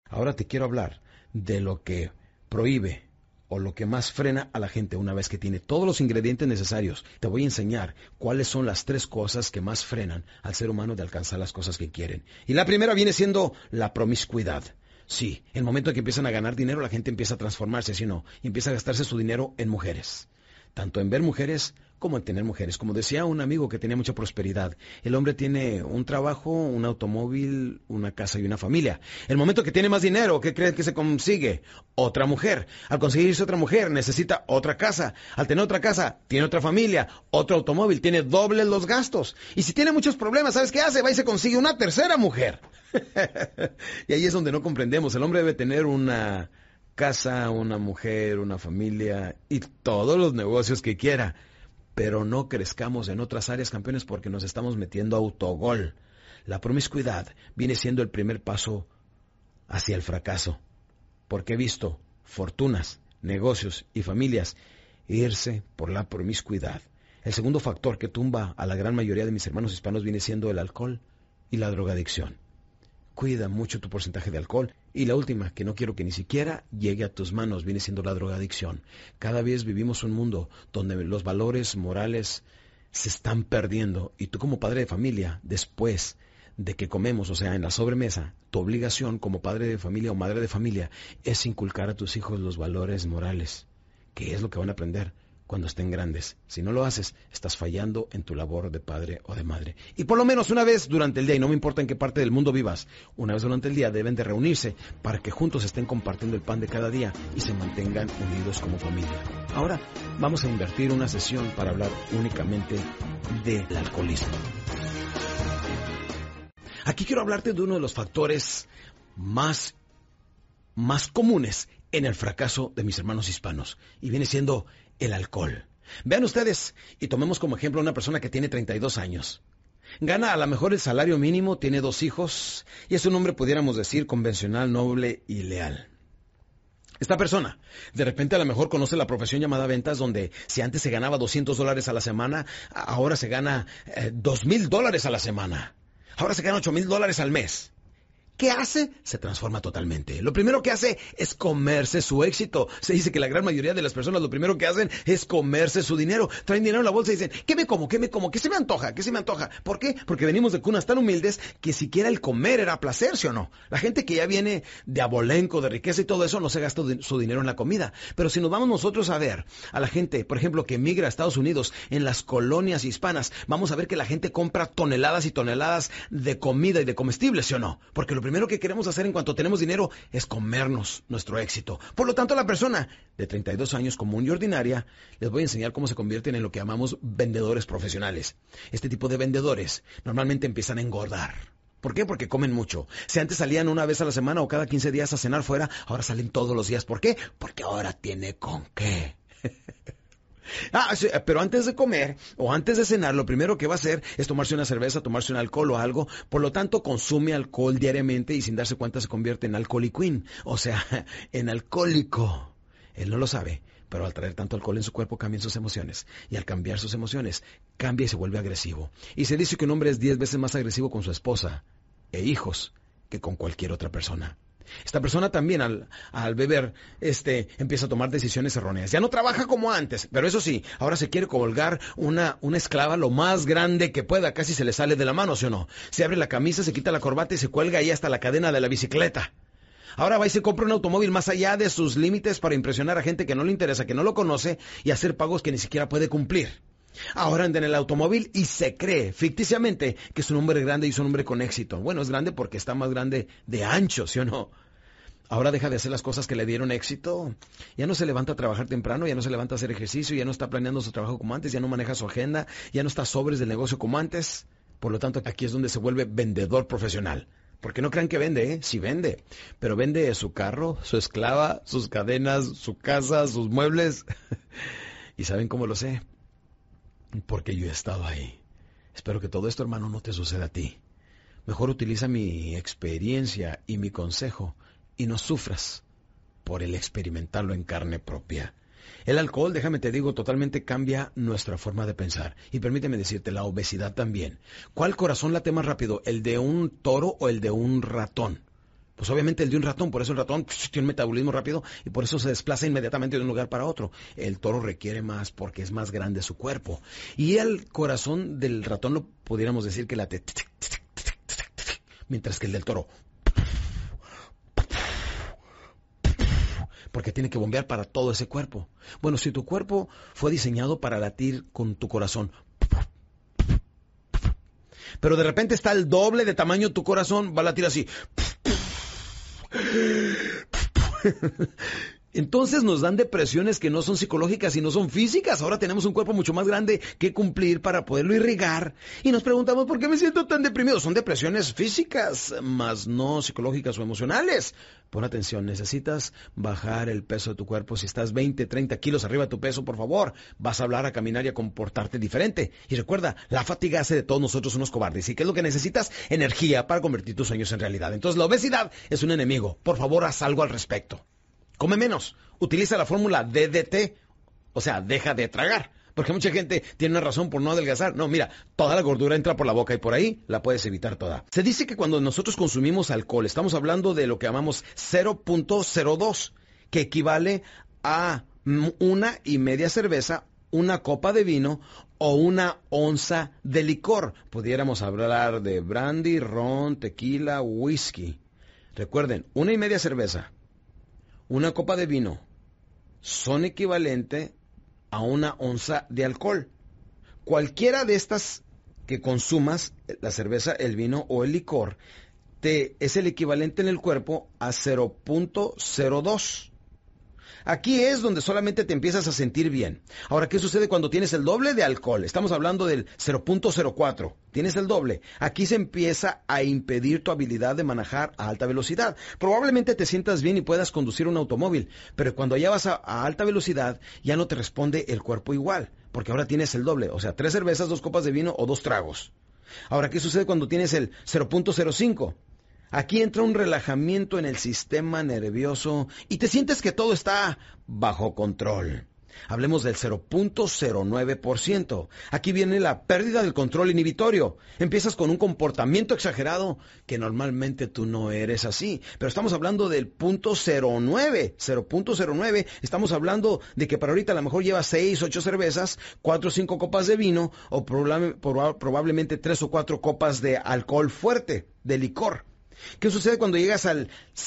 Ahora te quiero hablar de lo que prohíbe o lo que más frena a la gente una vez que tiene todos los ingredientes necesarios. Te voy a enseñar cuáles son las 3 cosas que más frenan al ser humano de alcanzar las cosas que quieren. Y la primera viene siendo la promiscuidad. Sí, el momento en que empiezan a ganar dinero, la gente empieza a transformarse, ¿sí o no? Y empieza a gastarse su dinero en mujeres. Tanto en ver mujeres como en tener mujeres. Como decía un amigo que tenía mucha prosperidad, el hombre tiene un trabajo, un automóvil, una casa y una familia. El momento que tiene más dinero, ¿qué creen que se consigue? Otra mujer. Al conseguirse otra mujer, necesita otra casa. Al tener otra casa, tiene otra familia, otro automóvil, tiene dobles los gastos. Y si tiene muchos problemas, ¿sabes qué hace? Va y se consigue una tercera mujer. Y ahí es donde no comprendemos. El hombre debe tener una casa, una mujer, una familia y todos los negocios que quiera. Pero no crezcamos en otras áreas, campeones, porque nos estamos metiendo a autogol. La promiscuidad viene siendo el primer paso hacia el fracaso. Porque he visto fortunas, negocios y familias irse por la promiscuidad. El segundo factor que tumba a la gran mayoría de mis hermanos hispanos viene siendo el alcohol y la drogadicción. Cuida mucho tu porcentaje de alcohol. Y la última, que no quiero que ni siquiera llegue a tus manos, viene siendo la drogadicción. Cada vez vivimos un mundo donde los valores morales se están perdiendo. Y tú como padre de familia, después de que comemos, o sea, en la sobremesa, tu obligación como padre de familia o madre de familia es inculcar a tus hijos los valores morales, que es lo que van a aprender cuando estén grandes. Si no lo haces, estás fallando en tu labor de padre o de madre. Y por lo menos una vez durante el día, y no me importa en qué parte del mundo vivas, una vez durante el día deben de reunirse para que juntos estén compartiendo el pan de cada día y se mantengan unidos como familia. Ahora vamos a invertir una sesión para hablar únicamente del alcoholismo. Aquí quiero hablarte de uno de los factores más comunes en el fracaso de mis hermanos hispanos, y viene siendo el alcohol. Vean ustedes, y tomemos como ejemplo a una persona que tiene 32 años. Gana a lo mejor el salario mínimo, tiene 2 hijos, y es un hombre, pudiéramos decir, convencional, noble y leal. Esta persona, de repente a lo mejor conoce la profesión llamada ventas, donde si antes se ganaba $200 a la semana, ahora se gana $2,000 a la semana. Ahora se gana $8,000 al mes. ¿Qué hace? Se transforma totalmente. Lo primero que hace es comerse su éxito. Se dice que la gran mayoría de las personas lo primero que hacen es comerse su dinero. Traen dinero en la bolsa y dicen, ¿qué me como? ¿Qué me como? ¿Qué se me antoja? ¿Qué se me antoja? ¿Por qué? Porque venimos de cunas tan humildes que siquiera el comer era placer, ¿sí o no? La gente que ya viene de abolenco, de riqueza y todo eso, no se gasta su dinero en la comida. Pero si nos vamos nosotros a ver a la gente, por ejemplo, que migra a Estados Unidos, en las colonias hispanas, vamos a ver que la gente compra toneladas y toneladas de comida y de comestibles, ¿sí o no? Porque lo primero que queremos hacer en cuanto tenemos dinero es comernos nuestro éxito. Por lo tanto, la persona de 32 años común y ordinaria, les voy a enseñar cómo se convierten en lo que llamamos vendedores profesionales. Este tipo de vendedores normalmente empiezan a engordar. ¿Por qué? Porque comen mucho. Si antes salían una vez a la semana o cada 15 días a cenar fuera, ahora salen todos los días. ¿Por qué? Porque ahora tiene con qué. Sí, pero antes de comer o antes de cenar, lo primero que va a hacer es tomarse una cerveza, tomarse un alcohol o algo. Por lo tanto, consume alcohol diariamente y sin darse cuenta se convierte en alcoholiquín, o sea, en alcohólico. Él no lo sabe, pero al traer tanto alcohol en su cuerpo cambian sus emociones. Y al cambiar sus emociones, cambia y se vuelve agresivo. Y se dice que un hombre es 10 veces más agresivo con su esposa e hijos que con cualquier otra persona. Esta persona también al beber empieza a tomar decisiones erróneas. Ya no trabaja como antes, pero eso sí, ahora se quiere colgar una esclava lo más grande que pueda. Casi se le sale de la mano, ¿sí o no? Se abre la camisa, se quita la corbata y se cuelga ahí hasta la cadena de la bicicleta. Ahora va y se compra un automóvil más allá de sus límites para impresionar a gente que no le interesa, que no lo conoce, y hacer pagos que ni siquiera puede cumplir. Ahora anda en el automóvil y se cree ficticiamente que es un hombre grande y es un hombre con éxito. Bueno, es grande porque está más grande de ancho, ¿sí o no? Ahora deja de hacer las cosas que le dieron éxito. Ya no se levanta a trabajar temprano, ya no se levanta a hacer ejercicio, ya no está planeando su trabajo como antes, ya no maneja su agenda, ya no está sobres del negocio como antes. Por lo tanto, aquí es donde se vuelve vendedor profesional. Porque no crean que vende, sí vende. Pero vende su carro, su esclava, sus cadenas, su casa, sus muebles. ¿Y saben cómo lo sé? Porque yo he estado ahí. Espero que todo esto, hermano, no te suceda a ti. Mejor utiliza mi experiencia y mi consejo y no sufras por el experimentarlo en carne propia. El alcohol, déjame te digo, totalmente cambia nuestra forma de pensar. Y permíteme decirte, la obesidad también. ¿Cuál corazón late más rápido, el de un toro o el de un ratón? Pues obviamente el de un ratón, por eso el ratón tiene un metabolismo rápido y por eso se desplaza inmediatamente de un lugar para otro. El toro requiere más porque es más grande su cuerpo. Y el corazón del ratón lo pudiéramos decir que late, mientras que el del toro, porque tiene que bombear para todo ese cuerpo. Bueno, si tu cuerpo fue diseñado para latir con tu corazón, pero de repente está el doble de tamaño tu corazón, va a latir así. Entonces nos dan depresiones que no son psicológicas y no son físicas. Ahora tenemos un cuerpo mucho más grande que cumplir para poderlo irrigar. Y nos preguntamos, ¿por qué me siento tan deprimido? Son depresiones físicas, más no psicológicas o emocionales. Pon atención, necesitas bajar el peso de tu cuerpo. Si estás 20, 30 kilos arriba de tu peso, por favor, vas a hablar, a caminar y a comportarte diferente. Y recuerda, la fatiga hace de todos nosotros unos cobardes. ¿Y qué es lo que necesitas? Energía para convertir tus sueños en realidad. Entonces la obesidad es un enemigo. Por favor, haz algo al respecto. Come menos, utiliza la fórmula DDT, o sea, deja de tragar. Porque mucha gente tiene una razón por no adelgazar. No, mira, toda la gordura entra por la boca y por ahí la puedes evitar toda. Se dice que cuando nosotros consumimos alcohol, estamos hablando de lo que llamamos 0.02, que equivale a 1,5 cerveza, una copa de vino o 1 onza de licor. Pudiéramos hablar de brandy, ron, tequila, whisky. Recuerden, 1,5 cerveza, una copa de vino son equivalente a 1 onza de alcohol. Cualquiera de estas que consumas, la cerveza, el vino o el licor, es el equivalente en el cuerpo a 0.02. Aquí es donde solamente te empiezas a sentir bien. Ahora, ¿qué sucede cuando tienes el doble de alcohol? Estamos hablando del 0.04. Tienes el doble. Aquí se empieza a impedir tu habilidad de manejar a alta velocidad. Probablemente te sientas bien y puedas conducir un automóvil, pero cuando ya vas a alta velocidad, ya no te responde el cuerpo igual, porque ahora tienes el doble. O sea, 3 cervezas, 2 copas de vino o 2 tragos. Ahora, ¿qué sucede cuando tienes el 0.05? Aquí entra un relajamiento en el sistema nervioso y te sientes que todo está bajo control. Hablemos del 0.09%. Aquí viene la pérdida del control inhibitorio. Empiezas con un comportamiento exagerado que normalmente tú no eres así. Pero estamos hablando del 0.09. 0.09. Estamos hablando de que para ahorita a lo mejor llevas 6, 8 cervezas, 4 o 5 copas de vino o probablemente 3 o 4 copas de alcohol fuerte, de licor. ¿Qué sucede cuando llegas al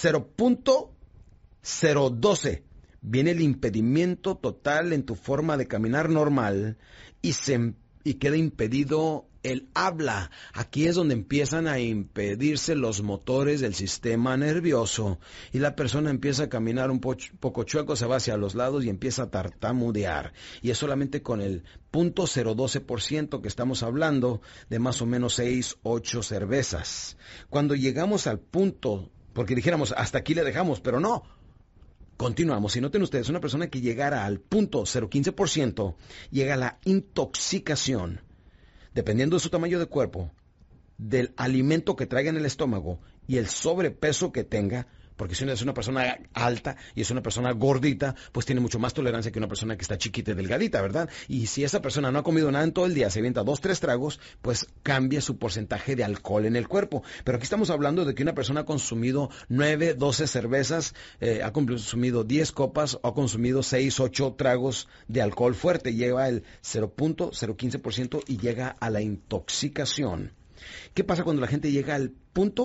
0.012? Viene el impedimento total en tu forma de caminar normal y queda impedido el habla. Aquí es donde empiezan a impedirse los motores del sistema nervioso y la persona empieza a caminar un poco chueco, se va hacia los lados y empieza a tartamudear. Y es solamente con el 0.012% que estamos hablando de más o menos 6, 8 cervezas. Cuando llegamos al punto, porque dijéramos hasta aquí le dejamos, pero no. Continuamos. Si noten ustedes, una persona que llegara al 0.015% llega a la intoxicación, dependiendo de su tamaño de cuerpo, del alimento que traiga en el estómago y el sobrepeso que tenga, porque si es una persona alta y es una persona gordita, pues tiene mucho más tolerancia que una persona que está chiquita y delgadita, ¿verdad? Y si esa persona no ha comido nada en todo el día, se avienta 2, 3 tragos, pues cambia su porcentaje de alcohol en el cuerpo. Pero aquí estamos hablando de que una persona ha consumido 9, 12 cervezas, ha consumido 10 copas o ha consumido 6, 8 tragos de alcohol fuerte. Lleva el 0.015% y llega a la intoxicación. ¿Qué pasa cuando la gente llega al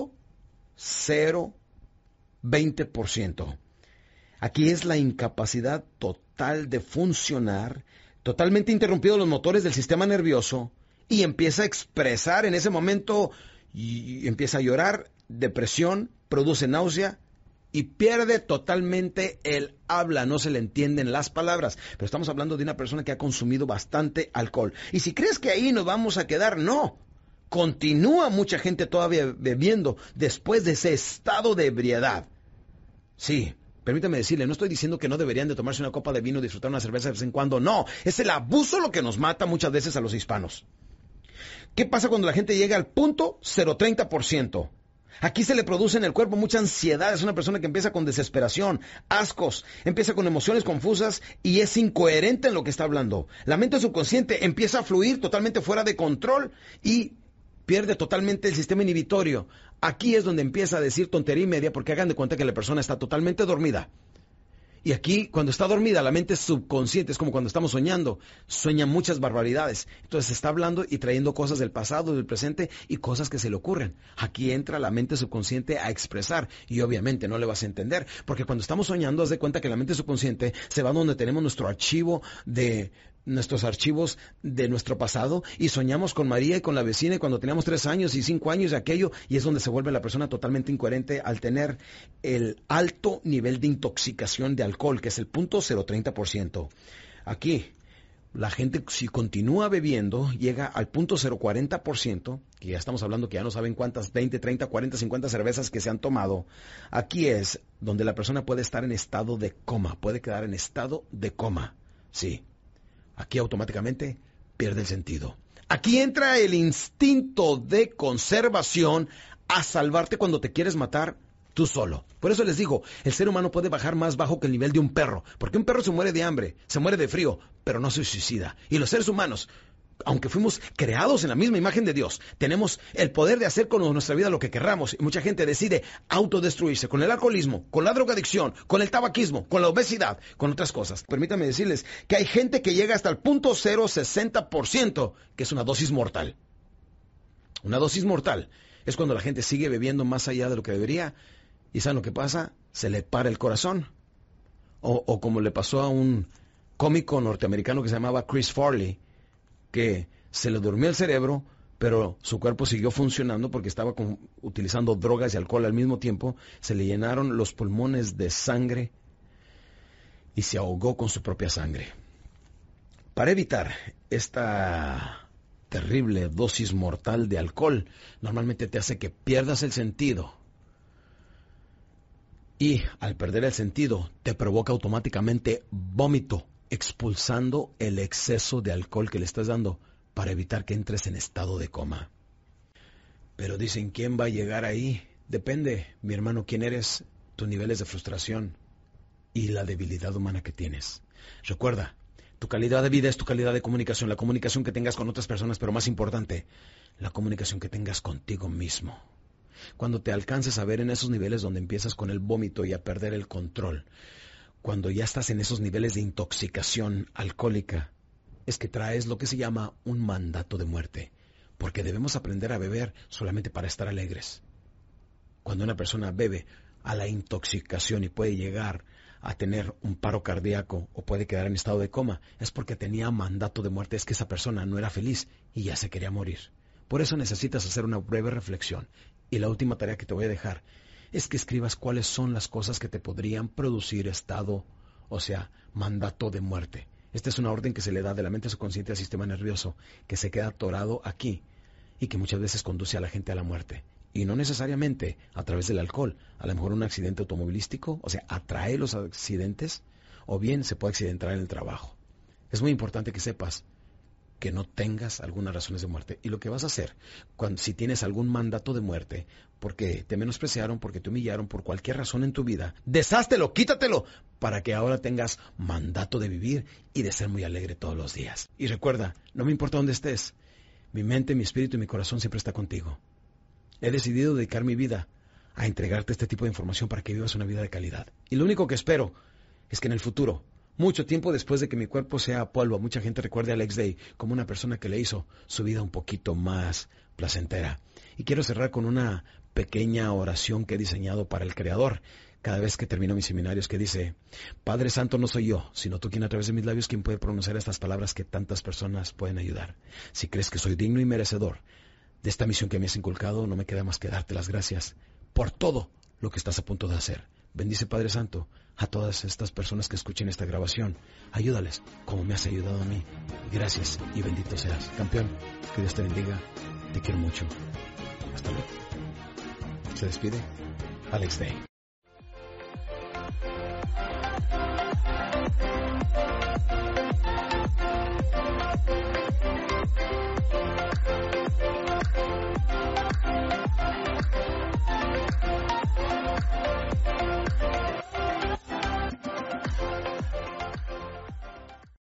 0.20%? Aquí es la incapacidad total de funcionar, totalmente interrumpidos los motores del sistema nervioso y empieza a expresar en ese momento y empieza a llorar, depresión, produce náusea y pierde totalmente el habla, no se le entienden las palabras. Pero estamos hablando de una persona que ha consumido bastante alcohol. Y si crees que ahí nos vamos a quedar, no. Continúa mucha gente todavía bebiendo después de ese estado de ebriedad. Sí, permítame decirle, no estoy diciendo que no deberían de tomarse una copa de vino y disfrutar una cerveza de vez en cuando. No, es el abuso lo que nos mata muchas veces a los hispanos. ¿Qué pasa cuando la gente llega al 0.030%? Aquí se le produce en el cuerpo mucha ansiedad. Es una persona que empieza con desesperación, ascos, empieza con emociones confusas y es incoherente en lo que está hablando. La mente subconsciente empieza a fluir totalmente fuera de control y pierde totalmente el sistema inhibitorio. Aquí es donde empieza a decir tontería y media, porque hagan de cuenta que la persona está totalmente dormida. Y aquí, cuando está dormida, la mente subconsciente, es como cuando estamos soñando, sueña muchas barbaridades. Entonces está hablando y trayendo cosas del pasado, del presente y cosas que se le ocurren. Aquí entra la mente subconsciente a expresar y obviamente no le vas a entender, porque cuando estamos soñando, haz de cuenta que la mente subconsciente se va donde tenemos nuestros archivos de nuestro pasado y soñamos con María y con la vecina y cuando teníamos 3 años y 5 años y aquello, y es donde se vuelve la persona totalmente incoherente al tener el alto nivel de intoxicación de alcohol, que es el 0.030%. Aquí, la gente si continúa bebiendo llega al 0.040%, que ya estamos hablando que ya no saben cuántas, 20, 30, 40, 50 cervezas que se han tomado. Aquí es donde la persona puede estar en estado de coma, puede quedar en estado de coma, sí. Aquí automáticamente pierde el sentido. Aquí entra el instinto de conservación a salvarte cuando te quieres matar tú solo. Por eso les digo, el ser humano puede bajar más bajo que el nivel de un perro. Porque un perro se muere de hambre, se muere de frío, pero no se suicida. Y los seres humanos, aunque fuimos creados en la misma imagen de Dios, tenemos el poder de hacer con nuestra vida lo que querramos. Y mucha gente decide autodestruirse con el alcoholismo, con la drogadicción, con el tabaquismo, con la obesidad, con otras cosas. Permítanme decirles que hay gente que llega hasta el 0.060%, que es una dosis mortal. Una dosis mortal es cuando la gente sigue bebiendo más allá de lo que debería. ¿Y saben lo que pasa? Se le para el corazón. O como le pasó a un cómico norteamericano que se llamaba Chris Farley, que se le durmió el cerebro, pero su cuerpo siguió funcionando porque estaba utilizando drogas y alcohol al mismo tiempo. Se le llenaron los pulmones de sangre y se ahogó con su propia sangre. Para evitar esta terrible dosis mortal de alcohol, normalmente te hace que pierdas el sentido. Y al perder el sentido, te provoca automáticamente vómito, expulsando el exceso de alcohol que le estás dando para evitar que entres en estado de coma. Pero dicen, ¿quién va a llegar ahí? Depende, mi hermano, quién eres, tus niveles de frustración y la debilidad humana que tienes. Recuerda, tu calidad de vida es tu calidad de comunicación, la comunicación que tengas con otras personas, pero más importante, la comunicación que tengas contigo mismo. Cuando te alcances a ver en esos niveles donde empiezas con el vómito y a perder el control, cuando ya estás en esos niveles de intoxicación alcohólica, es que traes lo que se llama un mandato de muerte, porque debemos aprender a beber solamente para estar alegres. Cuando una persona bebe a la intoxicación y puede llegar a tener un paro cardíaco o puede quedar en estado de coma, es porque tenía mandato de muerte, es que esa persona no era feliz y ya se quería morir. Por eso necesitas hacer una breve reflexión. Y la última tarea que te voy a dejar es que escribas cuáles son las cosas que te podrían producir estado, o sea, mandato de muerte. Esta es una orden que se le da de la mente subconsciente al sistema nervioso, que se queda atorado aquí y que muchas veces conduce a la gente a la muerte. Y no necesariamente a través del alcohol. A lo mejor un accidente automovilístico, o sea, atrae los accidentes, o bien se puede accidentar en el trabajo. Es muy importante que sepas que no tengas algunas razones de muerte. Y lo que vas a hacer, si tienes algún mandato de muerte, porque te menospreciaron, porque te humillaron, por cualquier razón en tu vida, deshástelo, quítatelo, para que ahora tengas mandato de vivir y de ser muy alegre todos los días. Y recuerda, no me importa dónde estés, mi mente, mi espíritu y mi corazón siempre está contigo. He decidido dedicar mi vida a entregarte este tipo de información para que vivas una vida de calidad. Y lo único que espero es que en el futuro, mucho tiempo después de que mi cuerpo sea polvo, mucha gente recuerde a Alex Day como una persona que le hizo su vida un poquito más placentera. Y quiero cerrar con una pequeña oración que he diseñado para el Creador cada vez que termino mis seminarios, que dice: Padre Santo, no soy yo, sino tú quien a través de mis labios quien puede pronunciar estas palabras que tantas personas pueden ayudar. Si crees que soy digno y merecedor de esta misión que me has inculcado, no me queda más que darte las gracias por todo lo que estás a punto de hacer. Bendice, Padre Santo, a todas estas personas que escuchen esta grabación. Ayúdales como me has ayudado a mí. Gracias y bendito seas. Campeón, que Dios te bendiga. Te quiero mucho. Hasta luego. Se despide Alex Day.